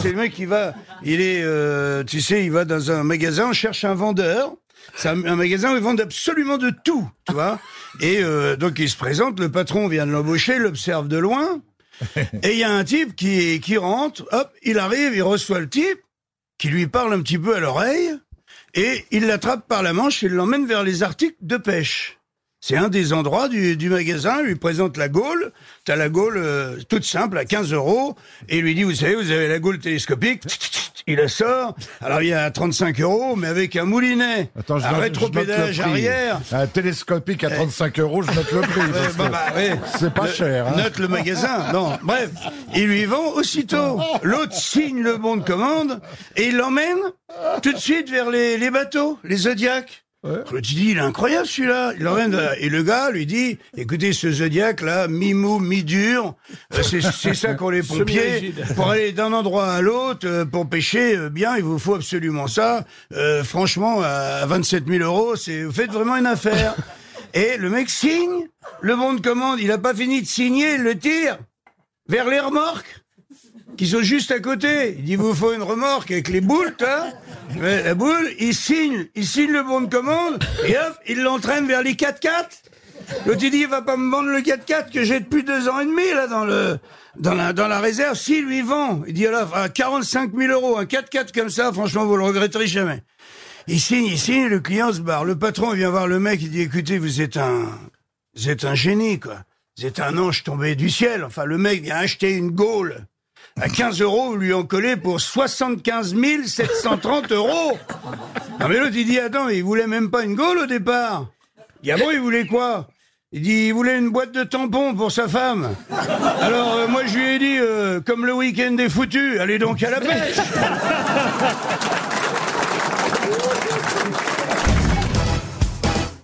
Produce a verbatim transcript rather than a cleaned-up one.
c'est le mec qui va, il est, euh, tu sais, il va dans un magasin, on cherche un vendeur. C'est un, un magasin où ils vendent absolument de tout, tu vois. Et euh, donc il se présente, le patron vient de l'embaucher, l'observe de loin. Et il y a un type qui, qui rentre, hop, il arrive, il reçoit le type, qui lui parle un petit peu à l'oreille, et il l'attrape par la manche et l'emmène vers les articles de pêche. C'est un des endroits du, du magasin, il lui présente la gaule, t'as la gaule euh, toute simple à quinze euros, et il lui dit, vous savez, vous avez la gaule télescopique, il la sort, alors il y a trente-cinq euros, mais avec un moulinet, Attends, je un note- rétropédage je note le prix. arrière. Un télescopique à trente-cinq euros, je note le prix. parce bah, que bah, ouais. C'est pas Le- cher. Hein. Note le magasin. Non, bref, il lui vend aussitôt. L'autre signe le bon de commande et il l'emmène tout de suite vers les, les bateaux, les Zodiacs. Ouais. Je te dis, il est incroyable celui-là. Il l'emmène euh, et le gars lui dit, écoutez, ce Zodiac là, mi-mou, mi-dur, euh, c'est, c'est ça qu'ont les pompiers. Pour aller d'un endroit à l'autre, euh, pour pêcher euh, bien, il vous faut absolument ça. Euh, franchement, à vingt-sept mille euros, c'est, vous faites vraiment une affaire. Et le mec signe, le bon de commande, il a pas fini de signer, il le tire vers les remorques qui sont juste à côté. Il dit, vous faut une remorque avec les boules, hein. Mais la boule, il signe, il signe le bon de commande, et hop, il l'entraîne vers les quatre-quatre. L'autre, il dit, il va pas me vendre le quatre-quatre que j'ai depuis deux ans et demi, là, dans le, dans la, dans la réserve. Si, lui, il vend. Il dit, alors, à quarante-cinq mille euros, un quatre-quatre comme ça, franchement, vous le regretterez jamais. Il signe, il signe, le client se barre. Le patron vient voir le mec, il dit, écoutez, vous êtes un, vous êtes un génie, quoi. Vous êtes un ange tombé du ciel. Enfin, le mec vient acheter une gaule. À quinze euros, vous lui en collez pour soixante-quinze mille sept cent trente euros. Non mais l'autre, il dit, attends, il voulait même pas une gaule au départ. Il dit, ah bon, il voulait quoi? Il dit, il voulait une boîte de tampons pour sa femme. Alors, euh, moi, je lui ai dit, euh, comme le week-end est foutu, allez donc à la pêche.